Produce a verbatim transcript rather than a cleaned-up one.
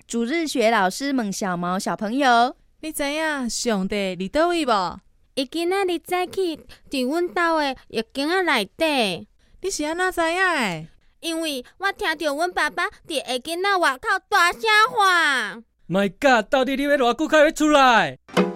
主日学老师问小毛小朋友： 你知影上帝伫倒位无？ 伊今仔日早起伫阮兜的浴缸仔内底。 你是安怎知影的？ 因为我听到阮爸爸伫浴缸仔外口大声喊。 My God， 到底你要偌久才会出来？